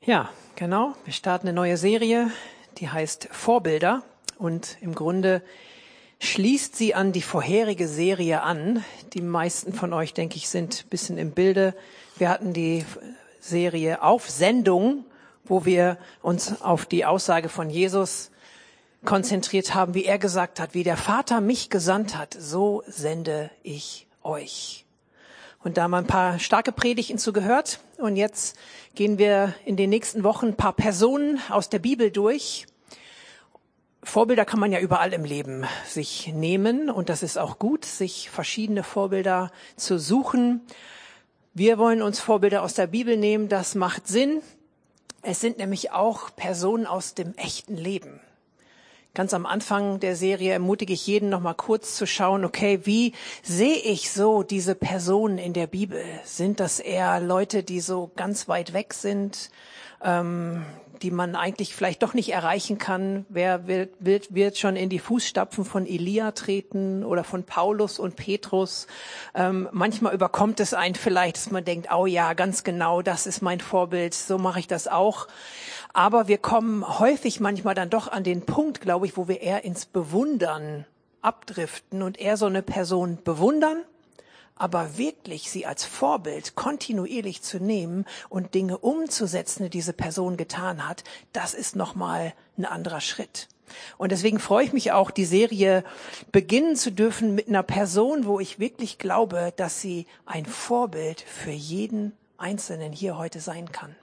Ja, genau. Wir starten eine neue Serie, die heißt Vorbilder und im Grunde schließt sie an die vorherige Serie an. Die meisten von euch, denke ich, sind ein bisschen im Bilde. Wir hatten die Serie Auf Sendung, wo wir uns auf die Aussage von Jesus konzentriert haben, wie er gesagt hat, wie der Vater mich gesandt hat, so sende ich euch. Und da haben wir ein paar starke Predigten zugehört. Und jetzt gehen wir in den nächsten Wochen ein paar Personen aus der Bibel durch. Vorbilder kann man ja überall im Leben sich nehmen. Und das ist auch gut, sich verschiedene Vorbilder zu suchen. Wir wollen uns Vorbilder aus der Bibel nehmen. Das macht Sinn. Es sind nämlich auch Personen aus dem echten Leben. Ganz am Anfang der Serie ermutige ich jeden, noch mal kurz zu schauen, okay, wie sehe ich so diese Personen in der Bibel? Sind das eher Leute, die so ganz weit weg sind, die man eigentlich vielleicht doch nicht erreichen kann? Wer wird schon in die Fußstapfen von Elia treten oder von Paulus und Petrus? Manchmal überkommt es einen vielleicht, dass man denkt, oh ja, ganz genau, das ist mein Vorbild, so mache ich das auch. Aber wir kommen häufig manchmal dann doch an den Punkt, glaube ich, wo wir eher ins Bewundern abdriften und eher so eine Person bewundern, aber wirklich sie als Vorbild kontinuierlich zu nehmen und Dinge umzusetzen, die diese Person getan hat, das ist nochmal ein anderer Schritt. Und deswegen freue ich mich auch, die Serie beginnen zu dürfen mit einer Person, wo ich wirklich glaube, dass sie ein Vorbild für jeden Einzelnen hier heute sein kann.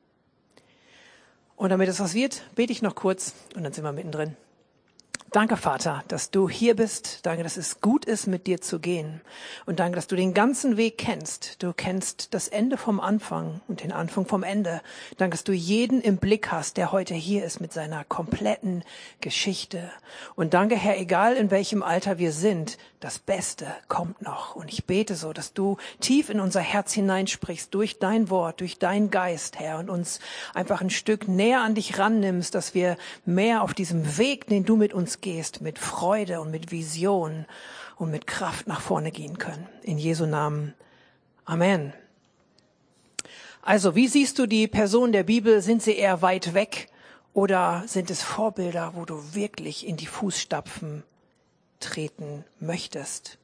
Und damit es was wird, bete ich noch kurz und dann sind wir mittendrin. Danke, Vater, dass du hier bist. Danke, dass es gut ist, mit dir zu gehen. Und danke, dass du den ganzen Weg kennst. Du kennst das Ende vom Anfang und den Anfang vom Ende. Danke, dass du jeden im Blick hast, der heute hier ist mit seiner kompletten Geschichte. Und danke, Herr, egal in welchem Alter wir sind, das Beste kommt noch. Und ich bete so, dass du tief in unser Herz hineinsprichst, durch dein Wort, durch deinen Geist, Herr, und uns einfach ein Stück näher an dich rannimmst, dass wir mehr auf diesem Weg, den du mit uns gehst, mit Freude und mit Vision und mit Kraft nach vorne gehen können. In Jesu Namen. Amen. Also, wie siehst du die Personen der Bibel? Sind sie eher weit weg oder sind es Vorbilder, wo du wirklich in die Fußstapfen treten möchtest?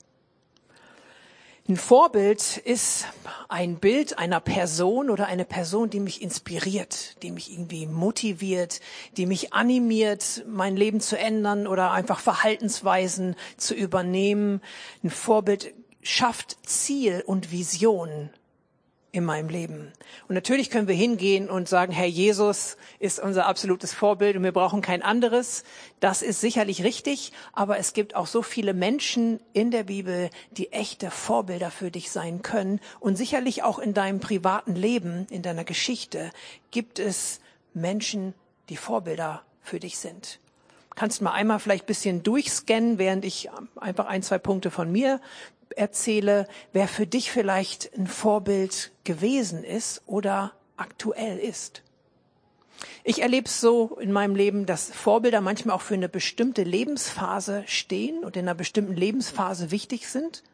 Ein Vorbild ist ein Bild einer Person oder eine Person, die mich inspiriert, die mich irgendwie motiviert, die mich animiert, mein Leben zu ändern oder einfach Verhaltensweisen zu übernehmen. Ein Vorbild schafft Ziel und Vision in meinem Leben. Und natürlich können wir hingehen und sagen, Herr, Jesus ist unser absolutes Vorbild und wir brauchen kein anderes. Das ist sicherlich richtig, aber es gibt auch so viele Menschen in der Bibel, die echte Vorbilder für dich sein können. Und sicherlich auch in deinem privaten Leben, in deiner Geschichte, gibt es Menschen, die Vorbilder für dich sind. Kannst mal einmal vielleicht ein bisschen durchscannen, während ich einfach 1, 2 Punkte von mir erzähle, wer für dich vielleicht ein Vorbild gewesen ist oder aktuell ist. Ich erlebe es so in meinem Leben, dass Vorbilder manchmal auch für eine bestimmte Lebensphase stehen und in einer bestimmten Lebensphase wichtig sind.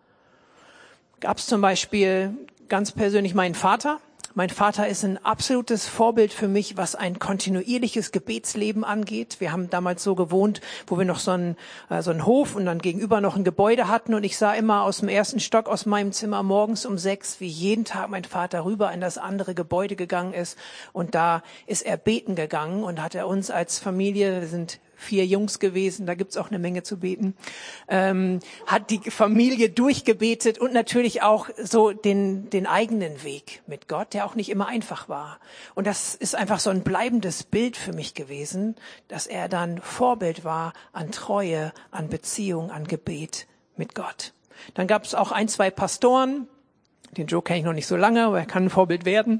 Gab es zum Beispiel ganz persönlich meinen Vater. Mein Vater ist ein absolutes Vorbild für mich, was ein kontinuierliches Gebetsleben angeht. Wir haben damals so gewohnt, wo wir noch so einen Hof und dann gegenüber noch ein Gebäude hatten. Und ich sah immer aus dem 1. Stock aus meinem Zimmer morgens um 6, wie jeden Tag mein Vater rüber in das andere Gebäude gegangen ist. Und da ist er beten gegangen und hat er uns als Familie, wir sind 4 Jungs gewesen, da gibt's auch eine Menge zu beten, hat die Familie durchgebetet und natürlich auch so den eigenen Weg mit Gott, der auch nicht immer einfach war. Und das ist einfach so ein bleibendes Bild für mich gewesen, dass er dann Vorbild war an Treue, an Beziehung, an Gebet mit Gott. Dann gab's auch 1, 2 Pastoren, den Joe kenne ich noch nicht so lange, aber er kann ein Vorbild werden.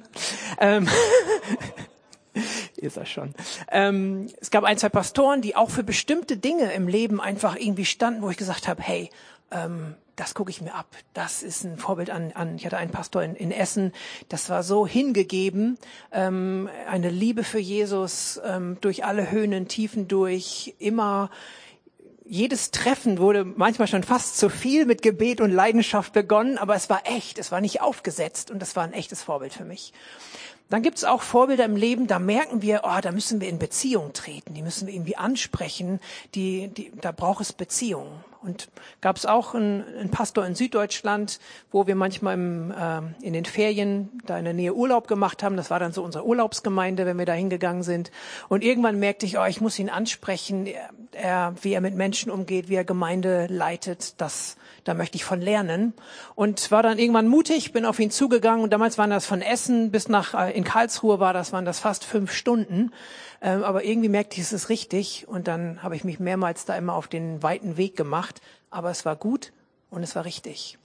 Ist er schon. Es gab 1, 2 Pastoren, die auch für bestimmte Dinge im Leben einfach irgendwie standen, wo ich gesagt habe, hey, das gucke ich mir ab. Das ist ein Vorbild an. Ich hatte einen Pastor in Essen, das war so hingegeben, eine Liebe für Jesus durch alle Höhen und Tiefen durch, immer. Jedes Treffen wurde manchmal schon fast zu viel mit Gebet und Leidenschaft begonnen, aber es war echt, es war nicht aufgesetzt und das war ein echtes Vorbild für mich. Dann gibt es auch Vorbilder im Leben, da merken wir, da müssen wir in Beziehung treten, die müssen wir irgendwie ansprechen, da braucht es Beziehung. Und gab es auch einen Pastor in Süddeutschland, wo wir manchmal in den Ferien da in der Nähe Urlaub gemacht haben. Das war dann so unsere Urlaubsgemeinde, wenn wir da hingegangen sind. Und irgendwann merkte ich, ich muss ihn ansprechen, wie er mit Menschen umgeht, wie er Gemeinde leitet, da möchte ich von lernen. Und war dann irgendwann mutig, bin auf ihn zugegangen. Und damals waren das von Essen bis in Karlsruhe waren das fast 5 Stunden. Aber irgendwie merkte ich, es ist richtig. Und dann habe ich mich mehrmals da immer auf den weiten Weg gemacht. Aber es war gut und es war richtig.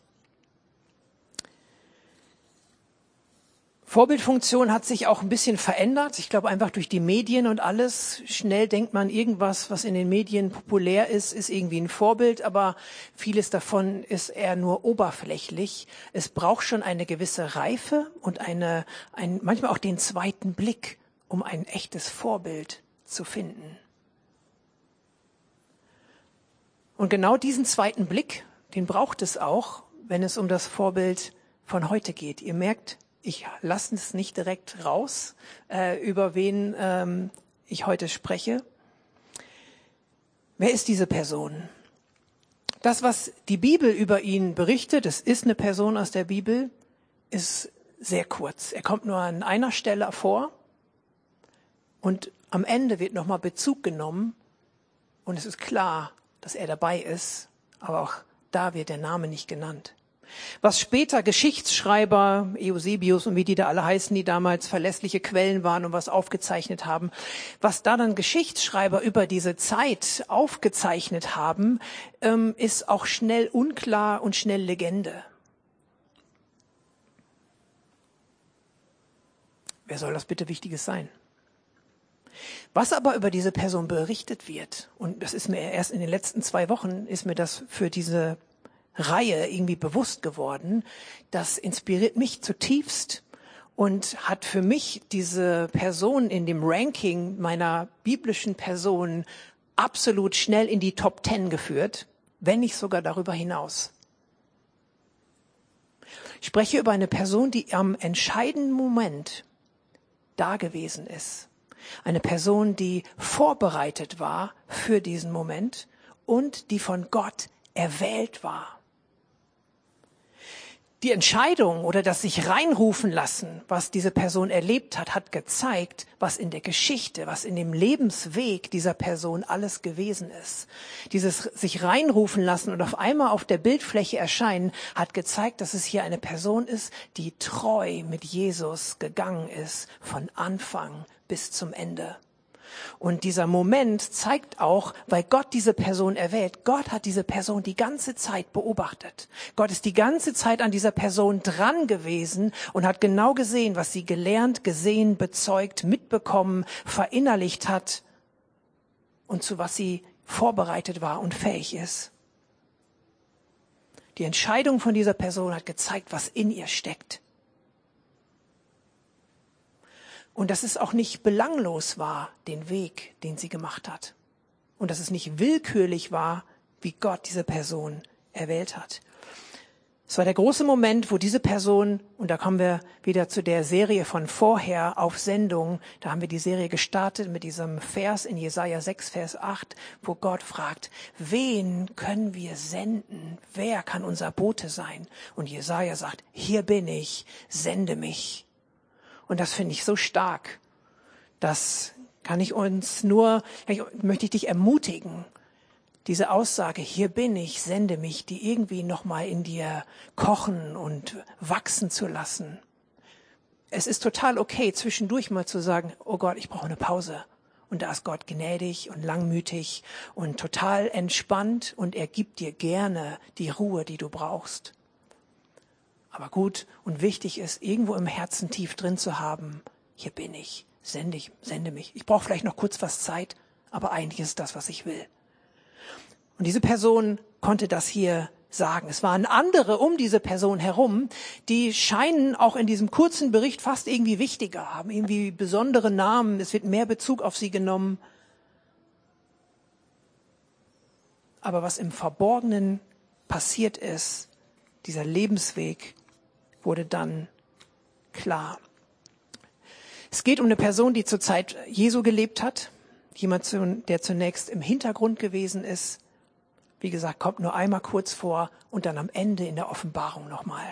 Vorbildfunktion hat sich auch ein bisschen verändert. Ich glaube einfach durch die Medien und alles. Schnell denkt man, irgendwas, was in den Medien populär ist irgendwie ein Vorbild. Aber vieles davon ist eher nur oberflächlich. Es braucht schon eine gewisse Reife und manchmal auch den zweiten Blick, um ein echtes Vorbild zu finden. Und genau diesen zweiten Blick, den braucht es auch, wenn es um das Vorbild von heute geht. Ihr merkt, ich lasse es nicht direkt raus, über wen ich heute spreche. Wer ist diese Person? Das, was die Bibel über ihn berichtet, es ist eine Person aus der Bibel, ist sehr kurz. Er kommt nur an einer Stelle vor und am Ende wird nochmal Bezug genommen und es ist klar, dass er dabei ist, aber auch da wird der Name nicht genannt. Was später Geschichtsschreiber, Eusebius und wie die da alle heißen, die damals verlässliche Quellen waren und was aufgezeichnet haben, was da dann Geschichtsschreiber über diese Zeit aufgezeichnet haben, ist auch schnell unklar und schnell Legende. Wer soll das bitte Wichtiges sein? Was aber über diese Person berichtet wird, und das ist mir erst in den letzten 2 Wochen, ist mir das für diese Reihe irgendwie bewusst geworden, das inspiriert mich zutiefst und hat für mich diese Person in dem Ranking meiner biblischen Personen absolut schnell in die Top 10 geführt, wenn nicht sogar darüber hinaus. Ich spreche über eine Person, die am entscheidenden Moment da gewesen ist. Eine Person, die vorbereitet war für diesen Moment und die von Gott erwählt war. Die Entscheidung oder das sich reinrufen lassen, was diese Person erlebt hat, hat gezeigt, was in der Geschichte, was in dem Lebensweg dieser Person alles gewesen ist. Dieses sich reinrufen lassen und auf einmal auf der Bildfläche erscheinen, hat gezeigt, dass es hier eine Person ist, die treu mit Jesus gegangen ist, von Anfang bis zum Ende. Und dieser Moment zeigt auch, weil Gott diese Person erwählt, Gott hat diese Person die ganze Zeit beobachtet. Gott ist die ganze Zeit an dieser Person dran gewesen und hat genau gesehen, was sie gelernt, gesehen, bezeugt, mitbekommen, verinnerlicht hat und zu was sie vorbereitet war und fähig ist. Die Entscheidung von dieser Person hat gezeigt, was in ihr steckt. Und dass es auch nicht belanglos war, den Weg, den sie gemacht hat. Und dass es nicht willkürlich war, wie Gott diese Person erwählt hat. Es war der große Moment, wo diese Person, und da kommen wir wieder zu der Serie von vorher auf Sendung, da haben wir die Serie gestartet mit diesem Vers in Jesaja 6, Vers 8, wo Gott fragt, wen können wir senden? Wer kann unser Bote sein? Und Jesaja sagt, hier bin ich, sende mich. Und das finde ich so stark. Das möchte ich dich ermutigen. Diese Aussage, hier bin ich, sende mich, die irgendwie nochmal in dir kochen und wachsen zu lassen. Es ist total okay, zwischendurch mal zu sagen, oh Gott, ich brauche eine Pause. Und da ist Gott gnädig und langmütig und total entspannt und er gibt dir gerne die Ruhe, die du brauchst. Aber gut und wichtig ist, irgendwo im Herzen tief drin zu haben, hier bin ich, sende mich. Ich brauche vielleicht noch kurz was Zeit, aber eigentlich ist das, was ich will. Und diese Person konnte das hier sagen. Es waren andere um diese Person herum, die scheinen auch in diesem kurzen Bericht fast irgendwie wichtiger, haben irgendwie besondere Namen, es wird mehr Bezug auf sie genommen. Aber was im Verborgenen passiert ist, dieser Lebensweg, wurde dann klar. Es geht um eine Person, die zur Zeit Jesu gelebt hat. Jemand, der zunächst im Hintergrund gewesen ist. Wie gesagt, kommt nur einmal kurz vor und dann am Ende in der Offenbarung nochmal.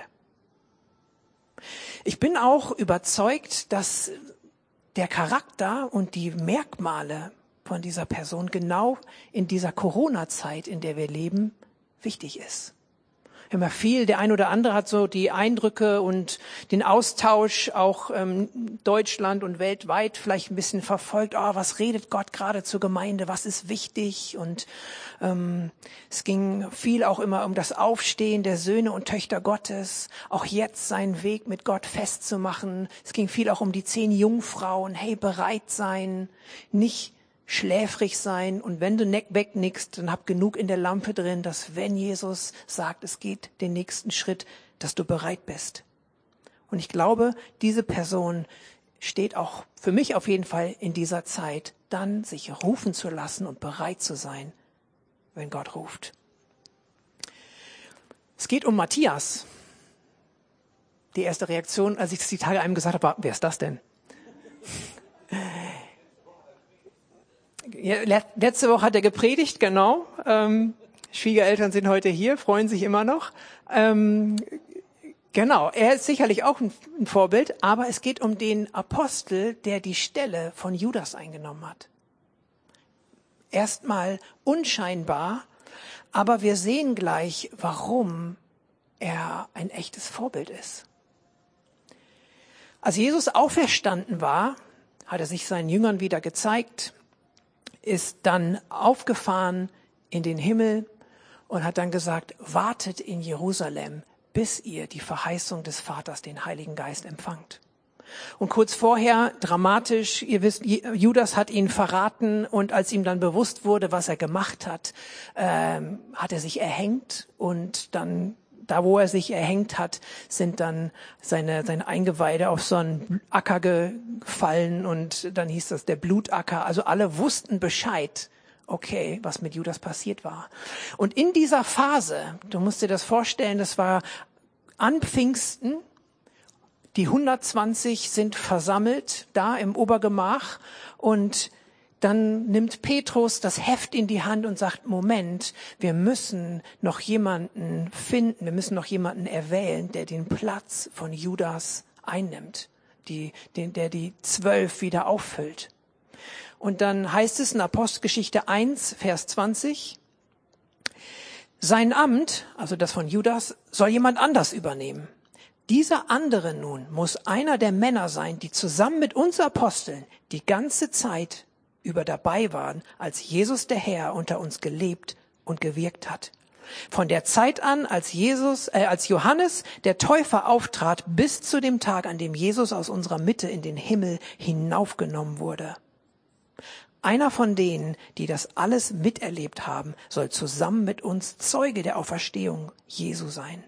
Ich bin auch überzeugt, dass der Charakter und die Merkmale von dieser Person genau in dieser Corona-Zeit, in der wir leben, wichtig ist. Immer viel, der ein oder andere hat so die Eindrücke und den Austausch auch Deutschland und weltweit vielleicht ein bisschen verfolgt. Was redet Gott gerade zur Gemeinde? Was ist wichtig? Und es ging viel auch immer um das Aufstehen der Söhne und Töchter Gottes, auch jetzt seinen Weg mit Gott festzumachen. Es ging viel auch um die 10 Jungfrauen. Hey, bereit sein, nicht schläfrig sein, und wenn du wegnickst, dann hab genug in der Lampe drin, dass wenn Jesus sagt, es geht den nächsten Schritt, dass du bereit bist. Und ich glaube, diese Person steht auch für mich auf jeden Fall in dieser Zeit, dann sich rufen zu lassen und bereit zu sein, wenn Gott ruft. Es geht um Matthias. Die erste Reaktion, als ich das die Tage einem gesagt habe, war, wer ist das denn? Ja, letzte Woche hat er gepredigt, genau. Schwiegereltern sind heute hier, freuen sich immer noch. Genau, er ist sicherlich auch ein Vorbild, aber es geht um den Apostel, der die Stelle von Judas eingenommen hat. Erstmal unscheinbar, aber wir sehen gleich, warum er ein echtes Vorbild ist. Als Jesus auferstanden war, hat er sich seinen Jüngern wieder gezeigt, ist dann aufgefahren in den Himmel und hat dann gesagt, wartet in Jerusalem, bis ihr die Verheißung des Vaters, den Heiligen Geist, empfangt. Und kurz vorher, dramatisch, ihr wisst, Judas hat ihn verraten, und als ihm dann bewusst wurde, was er gemacht hat, hat er sich erhängt, und dann, da wo er sich erhängt hat, sind dann seine Eingeweide auf so einen Acker gefallen, und dann hieß das der Blutacker. Also alle wussten Bescheid, okay, was mit Judas passiert war. Und in dieser Phase, du musst dir das vorstellen, das war an Pfingsten, die 120 sind versammelt da im Obergemach, und dann nimmt Petrus das Heft in die Hand und sagt, Moment, wir müssen noch jemanden finden, wir müssen noch jemanden erwählen, der den Platz von Judas einnimmt, der die 12 wieder auffüllt. Und dann heißt es in Apostelgeschichte 1, Vers 20, sein Amt, also das von Judas, soll jemand anders übernehmen. Dieser andere nun muss einer der Männer sein, die zusammen mit uns Aposteln die ganze Zeit über dabei waren, als Jesus der Herr unter uns gelebt und gewirkt hat. Von der Zeit an, als Johannes der Täufer auftrat, bis zu dem Tag, an dem Jesus aus unserer Mitte in den Himmel hinaufgenommen wurde. Einer von denen, die das alles miterlebt haben, soll zusammen mit uns Zeuge der Auferstehung Jesu sein.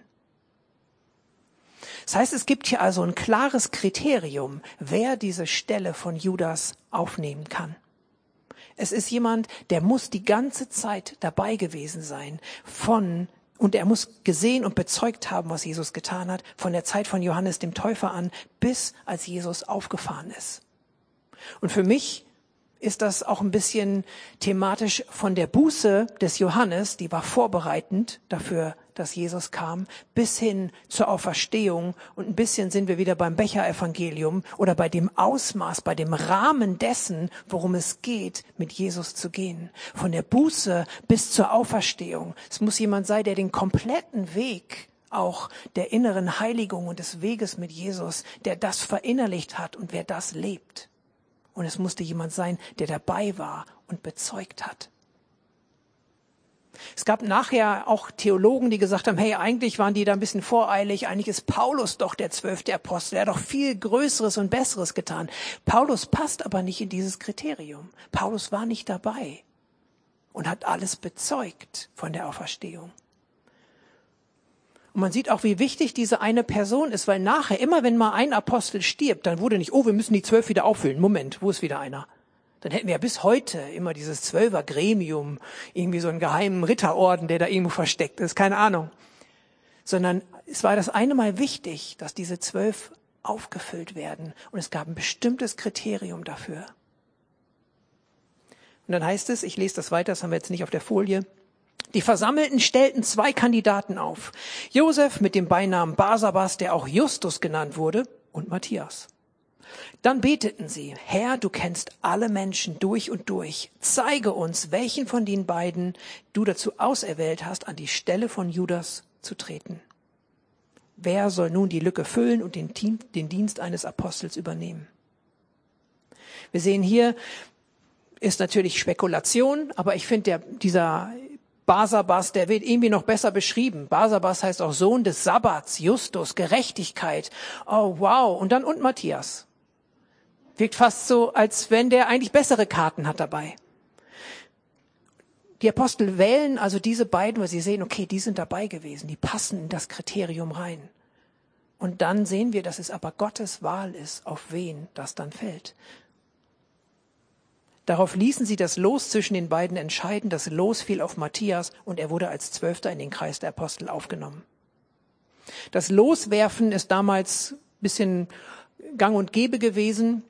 Das heißt, es gibt hier also ein klares Kriterium, wer diese Stelle von Judas aufnehmen kann. Es ist jemand, der muss die ganze Zeit dabei gewesen sein und er muss gesehen und bezeugt haben, was Jesus getan hat, von der Zeit von Johannes dem Täufer an, bis als Jesus aufgefahren ist. Und für mich ist das auch ein bisschen thematisch von der Buße des Johannes, die war vorbereitend dafür, dass Jesus kam, bis hin zur Auferstehung. Und ein bisschen sind wir wieder beim Becher-Evangelium oder bei dem Ausmaß, bei dem Rahmen dessen, worum es geht, mit Jesus zu gehen. Von der Buße bis zur Auferstehung. Es muss jemand sein, der den kompletten Weg auch der inneren Heiligung und des Weges mit Jesus, der das verinnerlicht hat und wer das lebt. Und es musste jemand sein, der dabei war und bezeugt hat. Es gab nachher auch Theologen, die gesagt haben, hey, eigentlich waren die da ein bisschen voreilig, eigentlich ist Paulus doch der 12. Apostel, er hat doch viel Größeres und Besseres getan. Paulus passt aber nicht in dieses Kriterium. Paulus war nicht dabei und hat alles bezeugt von der Auferstehung. Und man sieht auch, wie wichtig diese eine Person ist, weil nachher, immer wenn mal ein Apostel stirbt, dann wurde nicht, wir müssen die 12 wieder auffüllen. Moment, wo ist wieder einer? Dann hätten wir ja bis heute immer dieses 12er Gremium, irgendwie so einen geheimen Ritterorden, der da irgendwo versteckt ist, keine Ahnung. Sondern es war das eine Mal wichtig, dass diese 12 aufgefüllt werden. Und es gab ein bestimmtes Kriterium dafür. Und dann heißt es, ich lese das weiter, das haben wir jetzt nicht auf der Folie. Die Versammelten stellten 2 Kandidaten auf. Josef mit dem Beinamen Barsabas, der auch Justus genannt wurde, und Matthias. Dann beteten sie, Herr, du kennst alle Menschen durch und durch. Zeige uns, welchen von den beiden du dazu auserwählt hast, an die Stelle von Judas zu treten. Wer soll nun die Lücke füllen und den Dienst eines Apostels übernehmen? Wir sehen hier, ist natürlich Spekulation, aber ich finde, dieser Barsabas, der wird irgendwie noch besser beschrieben. Barsabas heißt auch Sohn des Sabbats, Justus, Gerechtigkeit. Oh, wow. Und Matthias. Wirkt fast so, als wenn der eigentlich bessere Karten hat dabei. Die Apostel wählen also diese beiden, weil sie sehen, okay, die sind dabei gewesen, die passen in das Kriterium rein. Und dann sehen wir, dass es aber Gottes Wahl ist, auf wen das dann fällt. Darauf ließen sie das Los zwischen den beiden entscheiden. Das Los fiel auf Matthias und er wurde als 12. in den Kreis der Apostel aufgenommen. Das Loswerfen ist damals ein bisschen gang und gäbe gewesen.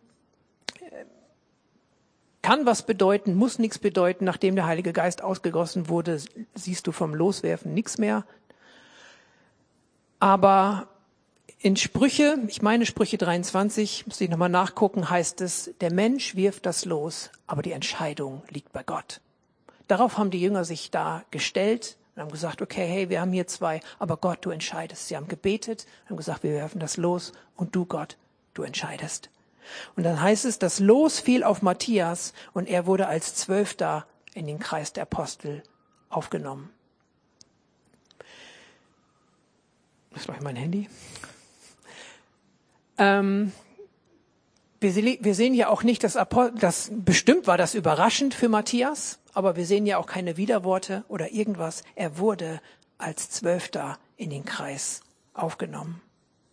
Kann was bedeuten, muss nichts bedeuten. Nachdem der Heilige Geist ausgegossen wurde, siehst du vom Loswerfen nichts mehr. Aber in Sprüche, ich meine Sprüche 23, muss ich nochmal nachgucken, heißt es, der Mensch wirft das Los, aber die Entscheidung liegt bei Gott. Darauf haben die Jünger sich da gestellt und haben gesagt, okay, hey, wir haben hier 2, aber Gott, du entscheidest. Sie haben gebetet, haben gesagt, wir werfen das Los und du, Gott, du entscheidest. Und dann heißt es, das Los fiel auf Matthias und er wurde als 12. in den Kreis der Apostel aufgenommen. Das ist gleich mein Handy. Wir sehen ja auch nicht, dass bestimmt war das überraschend für Matthias, aber wir sehen ja auch keine Widerworte oder irgendwas. Er wurde als 12. in den Kreis aufgenommen.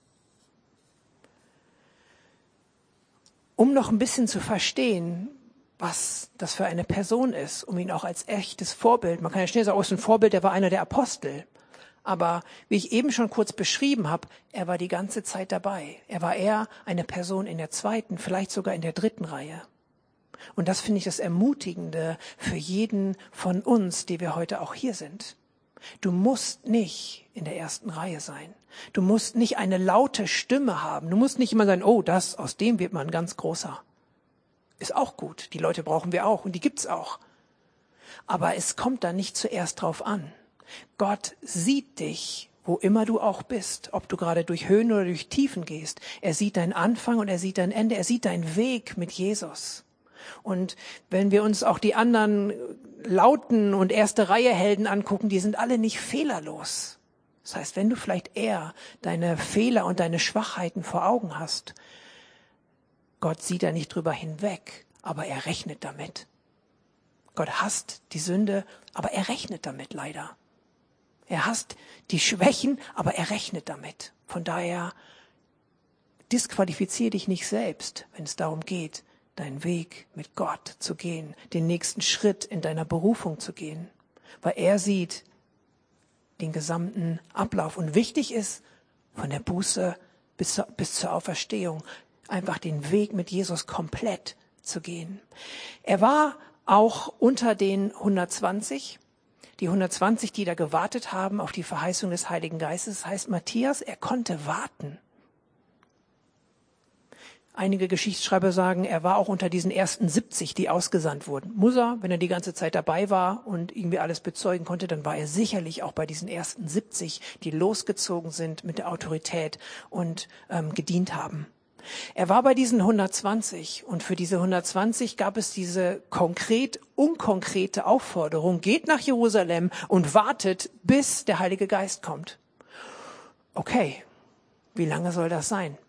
Um noch ein bisschen zu verstehen, was das für eine Person ist, um ihn auch als echtes Vorbild, man kann ja schnell sagen, ein Vorbild, der war einer der Apostel. Aber wie ich eben schon kurz beschrieben habe, er war die ganze Zeit dabei. Er war eher eine Person in der 2., vielleicht sogar in der 3. Reihe. Und das finde ich das Ermutigende für jeden von uns, die wir heute auch hier sind. Du musst nicht in der 1. Reihe sein. Du musst nicht eine laute Stimme haben. Du musst nicht immer sagen, oh, aus dem wird man ganz großer. Ist auch gut. Die Leute brauchen wir auch und die gibt's auch. Aber es kommt da nicht zuerst drauf an. Gott sieht dich, wo immer du auch bist, ob du gerade durch Höhen oder durch Tiefen gehst. Er sieht deinen Anfang und er sieht dein Ende. Er sieht deinen Weg mit Jesus. Und wenn wir uns auch die anderen lauten und 1. Reihe Helden angucken, die sind alle nicht fehlerlos. Das heißt, wenn du vielleicht eher deine Fehler und deine Schwachheiten vor Augen hast, Gott sieht da nicht drüber hinweg, aber er rechnet damit. Gott hasst die Sünde, aber er rechnet damit leider. Er hasst die Schwächen, aber er rechnet damit. Von daher disqualifiziere dich nicht selbst, wenn es darum geht, deinen Weg mit Gott zu gehen, den nächsten Schritt in deiner Berufung zu gehen. Weil er sieht den gesamten Ablauf. Und wichtig ist, von der Buße bis zur Auferstehung, einfach den Weg mit Jesus komplett zu gehen. Er war auch unter den 120, die 120, die da gewartet haben auf die Verheißung des Heiligen Geistes. Das heißt, Matthias, er konnte warten. Einige Geschichtsschreiber sagen, er war auch unter diesen ersten 70, die ausgesandt wurden. Muss er, wenn er die ganze Zeit dabei war und irgendwie alles bezeugen konnte, dann war er sicherlich auch bei diesen ersten 70, die losgezogen sind mit der Autorität und gedient haben. Er war bei diesen 120 und für diese 120 gab es diese unkonkrete Aufforderung, geht nach Jerusalem und wartet, bis der Heilige Geist kommt. Okay, wie lange soll das sein?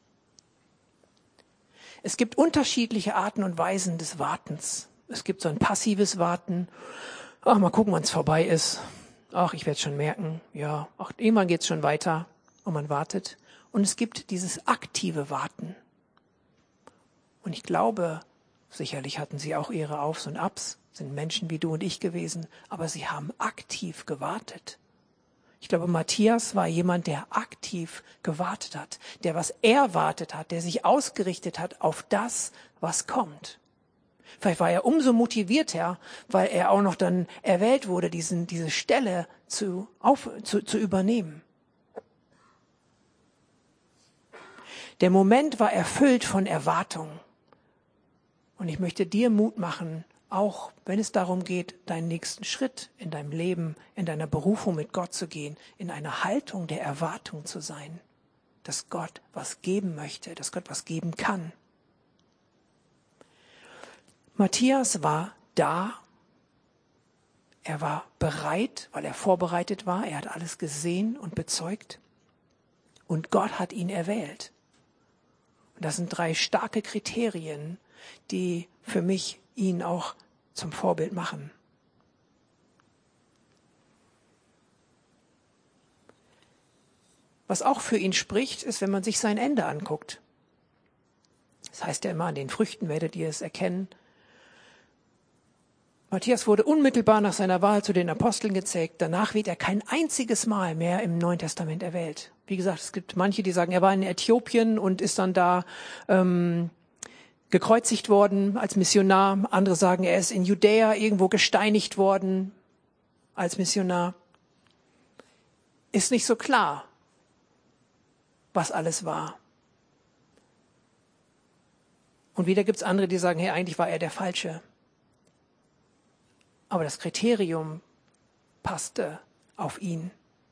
Es gibt unterschiedliche Arten und Weisen des Wartens. Es gibt so ein passives Warten. Ach, mal gucken, wann es vorbei ist. Ach, ich werde es schon merken. Ja, ach, irgendwann geht es schon weiter und man wartet. Und es gibt dieses aktive Warten. Und ich glaube, sicherlich hatten sie auch ihre Aufs und Abs, sind Menschen wie du und ich gewesen, aber sie haben aktiv gewartet. Ich glaube, Matthias war jemand, der aktiv gewartet hat, der was erwartet hat, der sich ausgerichtet hat auf das, was kommt. Vielleicht war er umso motivierter, weil er auch noch dann erwählt wurde, diese Stelle zu übernehmen. Der Moment war erfüllt von Erwartung. Und ich möchte dir Mut machen, auch wenn es darum geht, deinen nächsten Schritt in deinem Leben, in deiner Berufung mit Gott zu gehen, in einer Haltung der Erwartung zu sein, dass Gott was geben möchte, dass Gott was geben kann. Matthias war da, er war bereit, weil er vorbereitet war, er hat alles gesehen und bezeugt und Gott hat ihn erwählt. Und das sind 3 starke Kriterien, die für mich ihn auch zum Vorbild machen. Was auch für ihn spricht, ist, wenn man sich sein Ende anguckt. Das heißt ja immer, an den Früchten werdet ihr es erkennen. Matthias wurde unmittelbar nach seiner Wahl zu den Aposteln gezählt. Danach wird er kein einziges Mal mehr im Neuen Testament erwählt. Wie gesagt, es gibt manche, die sagen, er war in Äthiopien und ist dann da gekreuzigt worden als Missionar. Andere sagen, er ist in Judäa irgendwo gesteinigt worden als Missionar. Ist nicht so klar, was alles war. Und wieder gibt es andere, die sagen, hey, eigentlich war er der Falsche. Aber das Kriterium passte auf ihn.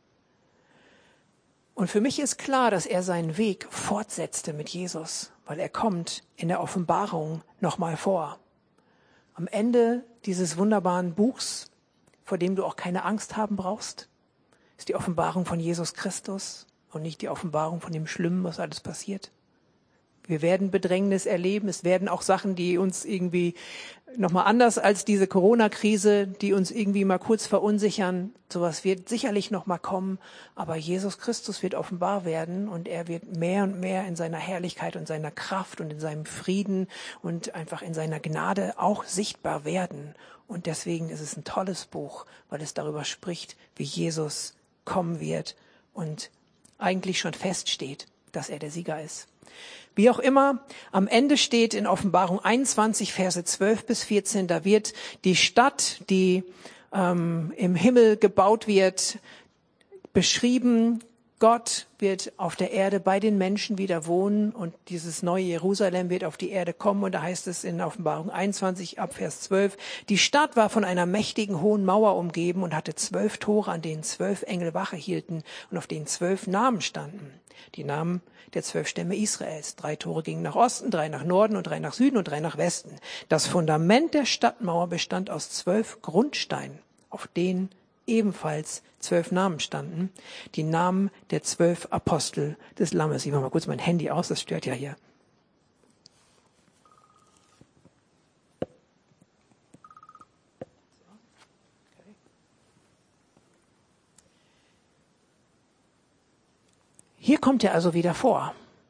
Und für mich ist klar, dass er seinen Weg fortsetzte mit Jesus, weil er kommt in der Offenbarung nochmal vor. Am Ende dieses wunderbaren Buchs, vor dem du auch keine Angst haben brauchst, ist die Offenbarung von Jesus Christus und nicht die Offenbarung von dem Schlimmen, was alles passiert. Wir werden Bedrängnis erleben. Es werden auch Sachen, die uns irgendwie nochmal anders als diese Corona-Krise, die uns irgendwie mal kurz verunsichern. Sowas wird sicherlich nochmal kommen. Aber Jesus Christus wird offenbar werden und er wird mehr und mehr in seiner Herrlichkeit und seiner Kraft und in seinem Frieden und einfach in seiner Gnade auch sichtbar werden. Und deswegen ist es ein tolles Buch, weil es darüber spricht, wie Jesus kommen wird und eigentlich schon feststeht, dass er der Sieger ist. Wie auch immer, am Ende steht in Offenbarung 21, Verse 12 bis 14, da wird die Stadt, die im Himmel gebaut wird, beschrieben. Gott wird auf der Erde bei den Menschen wieder wohnen und dieses neue Jerusalem wird auf die Erde kommen. Und da heißt es in Offenbarung 21 ab Vers 12, die Stadt war von einer mächtigen hohen Mauer umgeben und hatte 12 Tore, an denen 12 Engel Wache hielten und auf denen 12 Namen standen. Die Namen der 12 Stämme Israels. 3 Tore gingen nach Osten, 3 nach Norden und 3 nach Süden und 3 nach Westen. Das Fundament der Stadtmauer bestand aus 12 Grundsteinen, auf denen ebenfalls 12 Namen standen. Die Namen der 12 Apostel des Lammes. Ich mache mal kurz mein Handy aus, das stört ja hier. Hier kommt er also wieder vor.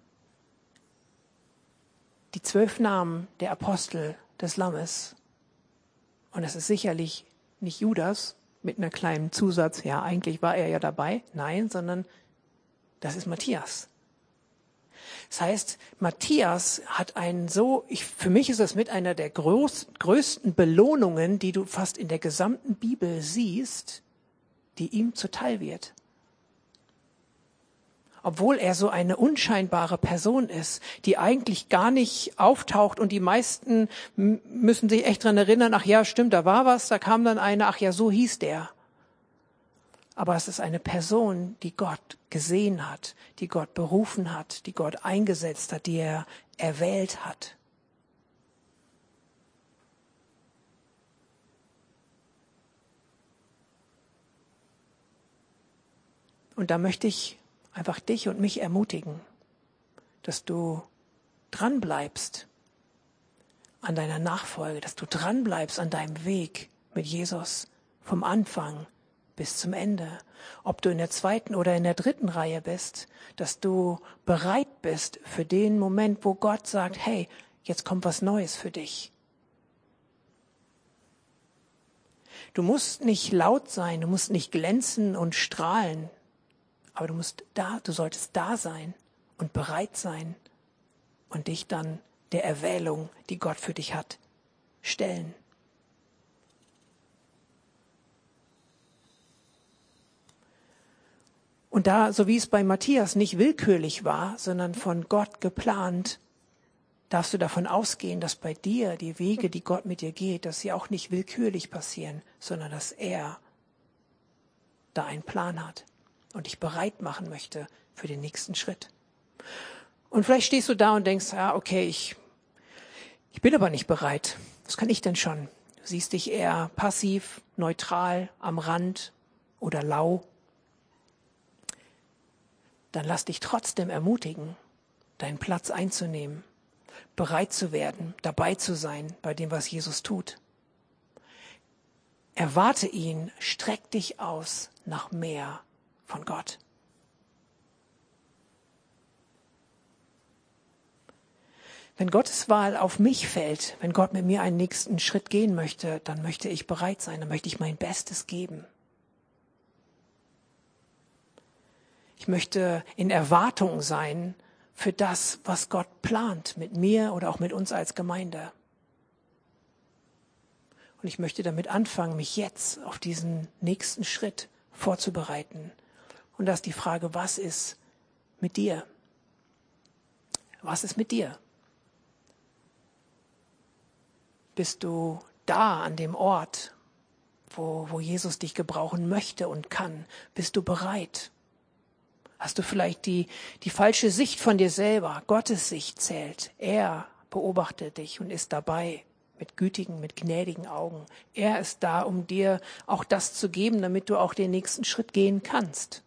Die 12 Namen der Apostel des Lammes. Und es ist sicherlich nicht Judas mit einer kleinen Zusatz, ja, eigentlich war er ja dabei. Nein, sondern das ist Matthias. Das heißt, Matthias hat für mich ist das mit einer der größten Belohnungen, die du fast in der gesamten Bibel siehst, die ihm zuteil wird. Obwohl er so eine unscheinbare Person ist, die eigentlich gar nicht auftaucht und die meisten müssen sich echt dran erinnern, ach ja, stimmt, da war was, da kam dann einer, ach ja, so hieß der. Aber es ist eine Person, die Gott gesehen hat, die Gott berufen hat, die Gott eingesetzt hat, die er erwählt hat. Und da möchte ich einfach dich und mich ermutigen, dass du dranbleibst an deiner Nachfolge, dass du dranbleibst an deinem Weg mit Jesus vom Anfang bis zum Ende. Ob du in der 2. oder in der 3. Reihe bist, dass du bereit bist für den Moment, wo Gott sagt, hey, jetzt kommt was Neues für dich. Du musst nicht laut sein, du musst nicht glänzen und strahlen, aber du solltest da sein und bereit sein und dich dann der Erwählung, die Gott für dich hat, stellen. Und da, so wie es bei Matthias nicht willkürlich war, sondern von Gott geplant, darfst du davon ausgehen, dass bei dir die Wege, die Gott mit dir geht, dass sie auch nicht willkürlich passieren, sondern dass er da einen Plan hat und dich bereit machen möchte für den nächsten Schritt. Und vielleicht stehst du da und denkst, ja, okay, ich bin aber nicht bereit. Was kann ich denn schon? Du siehst dich eher passiv, neutral, am Rand oder lau. Dann lass dich trotzdem ermutigen, deinen Platz einzunehmen, bereit zu werden, dabei zu sein bei dem, was Jesus tut. Erwarte ihn, streck dich aus nach mehr von Gott. Wenn Gottes Wahl auf mich fällt, wenn Gott mit mir einen nächsten Schritt gehen möchte, dann möchte ich bereit sein, dann möchte ich mein Bestes geben. Ich möchte in Erwartung sein für das, was Gott plant mit mir oder auch mit uns als Gemeinde. Und ich möchte damit anfangen, mich jetzt auf diesen nächsten Schritt vorzubereiten. Und das ist die Frage, was ist mit dir? Was ist mit dir? Bist du da an dem Ort, wo Jesus dich gebrauchen möchte und kann? Bist du bereit? Hast du vielleicht die falsche Sicht von dir selber? Gottes Sicht zählt. Er beobachtet dich und ist dabei mit gütigen, mit gnädigen Augen. Er ist da, um dir auch das zu geben, damit du auch den nächsten Schritt gehen kannst.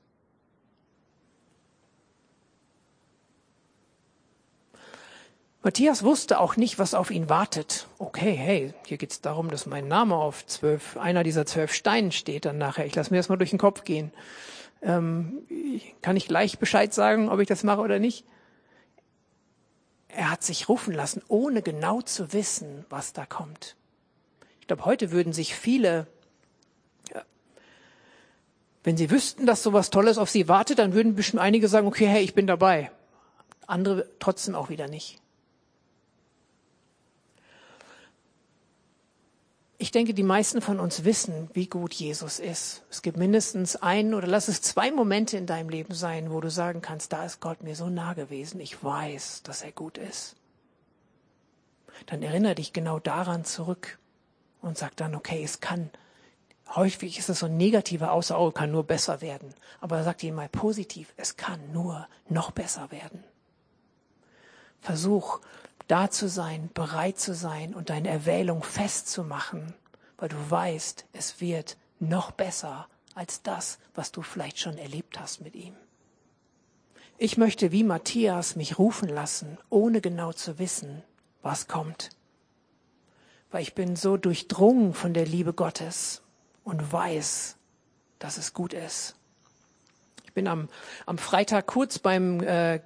Matthias wusste auch nicht, was auf ihn wartet. Okay, hey, hier geht es darum, dass mein Name auf einer dieser 12 Steinen steht dann nachher. Ich lasse mir das mal durch den Kopf gehen. Kann ich gleich Bescheid sagen, ob ich das mache oder nicht? Er hat sich rufen lassen, ohne genau zu wissen, was da kommt. Ich glaube, heute würden sich viele, wenn sie wüssten, dass sowas Tolles auf sie wartet, dann würden bestimmt einige sagen, okay, hey, ich bin dabei. Andere trotzdem auch wieder nicht. Ich denke, die meisten von uns wissen, wie gut Jesus ist. Es gibt mindestens einen oder lass es 2 Momente in deinem Leben sein, wo du sagen kannst, da ist Gott mir so nah gewesen. Ich weiß, dass er gut ist. Dann erinnere dich genau daran zurück und sag dann, okay, es kann, häufig ist es so ein negativer Aussage, kann nur besser werden. Aber sag dir mal positiv, es kann nur noch besser werden. Versuch, da zu sein, bereit zu sein und deine Erwählung festzumachen, weil du weißt, es wird noch besser als das, was du vielleicht schon erlebt hast mit ihm. Ich möchte wie Matthias mich rufen lassen, ohne genau zu wissen, was kommt. Weil ich bin so durchdrungen von der Liebe Gottes und weiß, dass es gut ist. Ich bin am Freitag kurz beim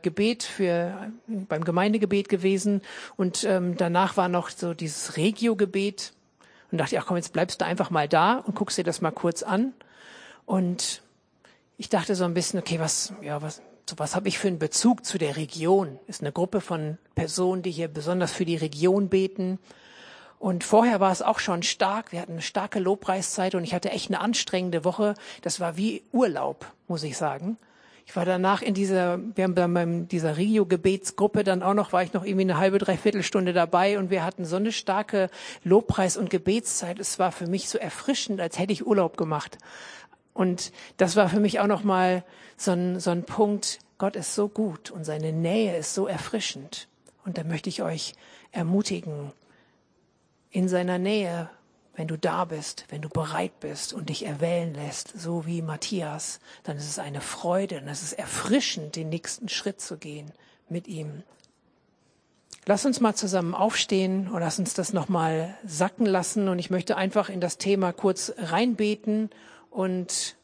Gemeindegebet gewesen und danach war noch so dieses Regio-Gebet und dachte, ach komm, jetzt bleibst du einfach mal da und guckst dir das mal kurz an. Und ich dachte so ein bisschen, okay, was habe ich für einen Bezug zu der Region? Ist eine Gruppe von Personen, die hier besonders für die Region beten. Und vorher war es auch schon stark. Wir hatten eine starke Lobpreiszeit und ich hatte echt eine anstrengende Woche. Das war wie Urlaub, muss ich sagen. Ich war danach wir haben dann bei dieser Regio-Gebetsgruppe dann auch noch, war ich noch irgendwie eine halbe, 3/4 Stunde dabei und wir hatten so eine starke Lobpreis- und Gebetszeit. Es war für mich so erfrischend, als hätte ich Urlaub gemacht. Und das war für mich auch noch mal so ein Punkt. Gott ist so gut und seine Nähe ist so erfrischend. Und da möchte ich euch ermutigen, in seiner Nähe, wenn du da bist, wenn du bereit bist und dich erwählen lässt, so wie Matthias, dann ist es eine Freude und es ist erfrischend, den nächsten Schritt zu gehen mit ihm. Lass uns mal zusammen aufstehen und lass uns das nochmal sacken lassen. Und ich möchte einfach in das Thema kurz reinbeten und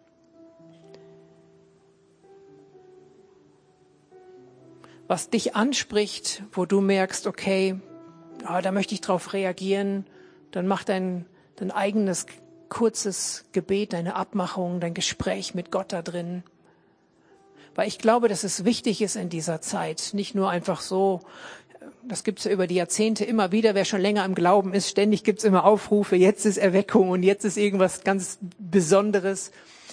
was dich anspricht, wo du merkst, okay, da möchte ich drauf reagieren, dann mach dein eigenes kurzes Gebet, deine Abmachung, dein Gespräch mit Gott da drin. Weil ich glaube, dass es wichtig ist in dieser Zeit, nicht nur einfach so, das gibt's ja über die Jahrzehnte immer wieder, wer schon länger im Glauben ist, ständig gibt's immer Aufrufe, jetzt ist Erweckung und jetzt ist irgendwas ganz Besonderes.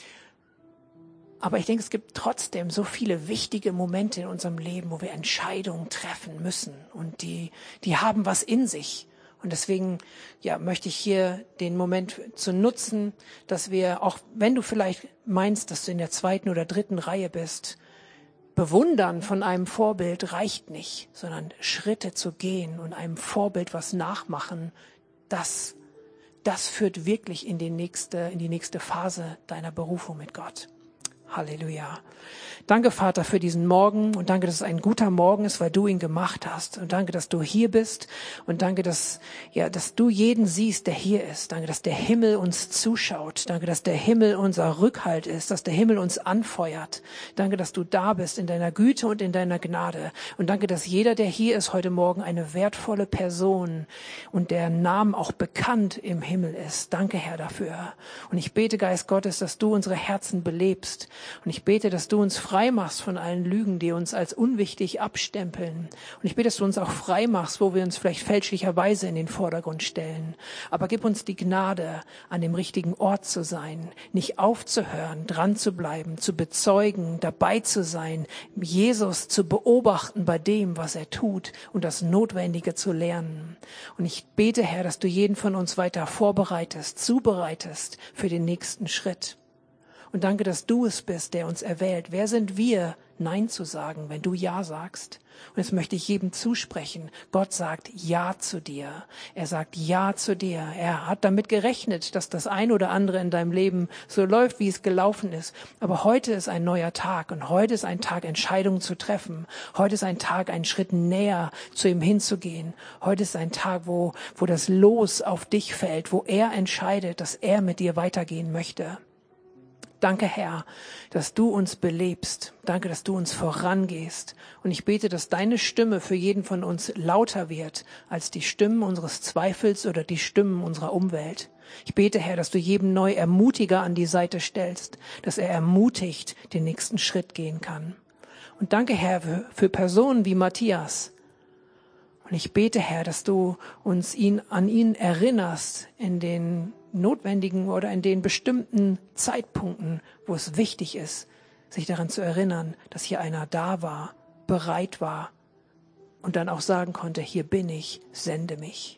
Aber ich denke, es gibt trotzdem so viele wichtige Momente in unserem Leben, wo wir Entscheidungen treffen müssen und die haben was in sich. Und deswegen, möchte ich hier den Moment zu nutzen, dass wir, auch wenn du vielleicht meinst, dass du in der 2. oder 3. Reihe bist, Bewundern von einem Vorbild reicht nicht, sondern Schritte zu gehen und einem Vorbild was nachmachen, das führt wirklich in die nächste Phase deiner Berufung mit Gott. Halleluja. Danke, Vater, für diesen Morgen und danke, dass es ein guter Morgen ist, weil du ihn gemacht hast. Und danke, dass du hier bist und danke, dass du jeden siehst, der hier ist. Danke, dass der Himmel uns zuschaut. Danke, dass der Himmel unser Rückhalt ist, dass der Himmel uns anfeuert. Danke, dass du da bist in deiner Güte und in deiner Gnade. Und danke, dass jeder, der hier ist heute Morgen, eine wertvolle Person und der Name auch bekannt im Himmel ist. Danke, Herr, dafür. Und ich bete, Geist Gottes, dass du unsere Herzen belebst. Und ich bete, dass du uns frei machst von allen Lügen, die uns als unwichtig abstempeln. Und ich bete, dass du uns auch frei machst, wo wir uns vielleicht fälschlicherweise in den Vordergrund stellen. Aber gib uns die Gnade, an dem richtigen Ort zu sein, nicht aufzuhören, dran zu bleiben, zu bezeugen, dabei zu sein, Jesus zu beobachten bei dem, was er tut und das Notwendige zu lernen. Und ich bete, Herr, dass du jeden von uns weiter zubereitest für den nächsten Schritt. Und danke, dass du es bist, der uns erwählt. Wer sind wir, Nein zu sagen, wenn du Ja sagst? Und jetzt möchte ich jedem zusprechen. Gott sagt Ja zu dir. Er sagt Ja zu dir. Er hat damit gerechnet, dass das ein oder andere in deinem Leben so läuft, wie es gelaufen ist. Aber heute ist ein neuer Tag und heute ist ein Tag, Entscheidungen zu treffen. Heute ist ein Tag, einen Schritt näher zu ihm hinzugehen. Heute ist ein Tag, wo das Los auf dich fällt, wo er entscheidet, dass er mit dir weitergehen möchte. Danke, Herr, dass du uns belebst. Danke, dass du uns vorangehst. Und ich bete, dass deine Stimme für jeden von uns lauter wird als die Stimmen unseres Zweifels oder die Stimmen unserer Umwelt. Ich bete, Herr, dass du jedem neu Ermutiger an die Seite stellst, dass er ermutigt den nächsten Schritt gehen kann. Und danke, Herr, für Personen wie Matthias. Und ich bete, Herr, dass du uns an ihn erinnerst in den notwendigen oder in den bestimmten Zeitpunkten, wo es wichtig ist, sich daran zu erinnern, dass hier einer da war, bereit war und dann auch sagen konnte, hier bin ich, sende mich.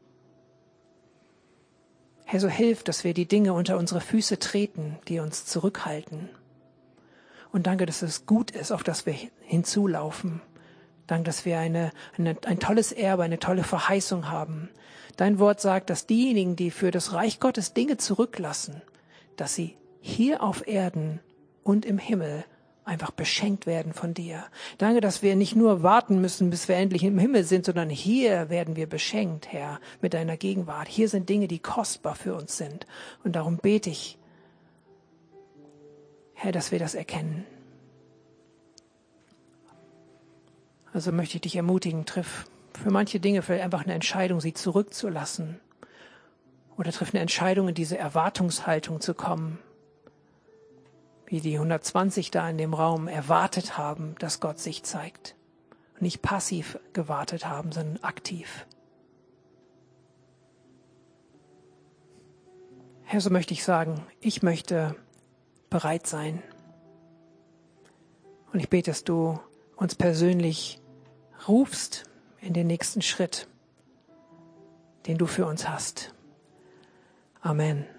Herr, so hilf, dass wir die Dinge unter unsere Füße treten, die uns zurückhalten. Und danke, dass es gut ist, auf das wir hinzulaufen. Danke, dass wir ein tolles Erbe, eine tolle Verheißung haben. Dein Wort sagt, dass diejenigen, die für das Reich Gottes Dinge zurücklassen, dass sie hier auf Erden und im Himmel einfach beschenkt werden von dir. Danke, dass wir nicht nur warten müssen, bis wir endlich im Himmel sind, sondern hier werden wir beschenkt, Herr, mit deiner Gegenwart. Hier sind Dinge, die kostbar für uns sind. Und darum bete ich, Herr, dass wir das erkennen. Also möchte ich dich ermutigen, triff für manche Dinge vielleicht einfach eine Entscheidung, sie zurückzulassen. Oder triff eine Entscheidung, in diese Erwartungshaltung zu kommen. Wie die 120 da in dem Raum erwartet haben, dass Gott sich zeigt. Und nicht passiv gewartet haben, sondern aktiv. Herr, so möchte ich sagen, ich möchte bereit sein. Und ich bete, dass du uns persönlich rufst in den nächsten Schritt, den du für uns hast. Amen.